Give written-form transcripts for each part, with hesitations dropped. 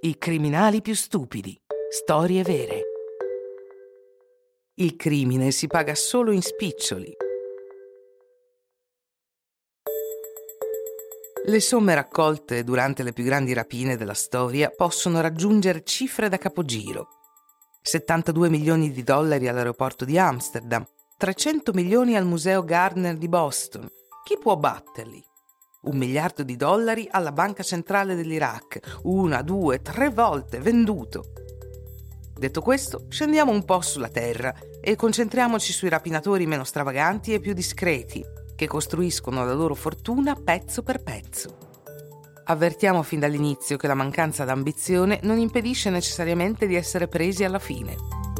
I criminali più stupidi. Storie vere. Il crimine si paga solo in spiccioli. Le somme raccolte durante le più grandi rapine della storia possono raggiungere cifre da capogiro. 72 milioni di dollari all'aeroporto di Amsterdam, 300 milioni al Museo Gardner di Boston. Chi può batterli? 1 miliardo di dollari alla Banca Centrale dell'Iraq, 1, 2, 3 volte venduto. Detto questo, scendiamo un po' sulla terra e concentriamoci sui rapinatori meno stravaganti e più discreti, che costruiscono la loro fortuna pezzo per pezzo. Avvertiamo fin dall'inizio che la mancanza d'ambizione non impedisce necessariamente di essere presi alla fine.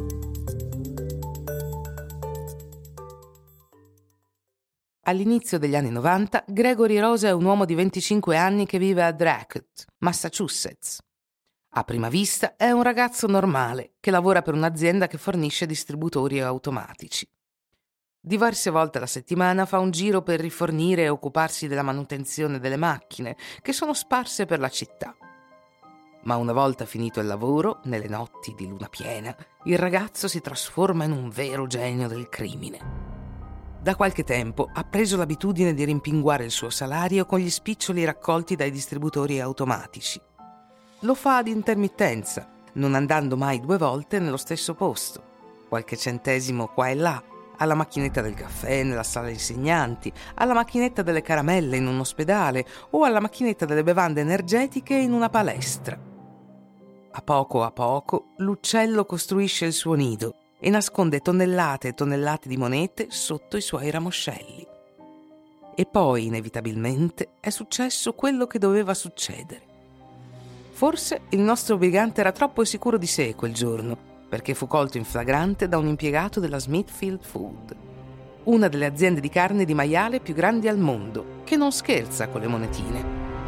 All'inizio degli anni 90, Gregory Rosa è un uomo di 25 anni che vive a Dracut, Massachusetts. A prima vista è un ragazzo normale che lavora per un'azienda che fornisce distributori automatici. Diverse volte alla settimana fa un giro per rifornire e occuparsi della manutenzione delle macchine che sono sparse per la città. Ma una volta finito il lavoro, nelle notti di luna piena, il ragazzo si trasforma in un vero genio del crimine. Da qualche tempo ha preso l'abitudine di rimpinguare il suo salario con gli spiccioli raccolti dai distributori automatici. Lo fa ad intermittenza, non andando mai 2 volte nello stesso posto. Qualche centesimo qua e là, alla macchinetta del caffè nella sala insegnanti, alla macchinetta delle caramelle in un ospedale o alla macchinetta delle bevande energetiche in una palestra. A poco, l'uccello costruisce il suo nido e nasconde tonnellate e tonnellate di monete sotto i suoi ramoscelli. E poi, inevitabilmente, è successo quello che doveva succedere. Forse il nostro brigante era troppo sicuro di sé quel giorno, perché fu colto in flagrante da un impiegato della Smithfield Food, una delle aziende di carne di maiale più grandi al mondo, che non scherza con le monetine.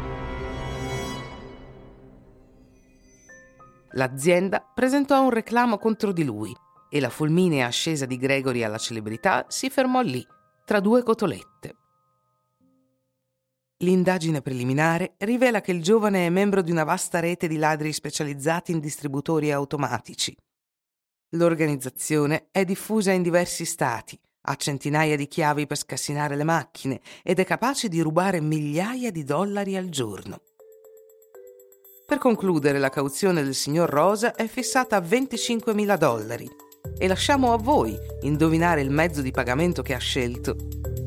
L'azienda presentò un reclamo contro di lui e la fulminea ascesa di Gregory alla celebrità si fermò lì, tra 2 cotolette. L'indagine preliminare rivela che il giovane è membro di una vasta rete di ladri specializzati in distributori automatici. L'organizzazione è diffusa in diversi stati, ha centinaia di chiavi per scassinare le macchine ed è capace di rubare migliaia di dollari al giorno. Per concludere, la cauzione del signor Rosa è fissata a $25.000 e lasciamo a voi indovinare il mezzo di pagamento che ha scelto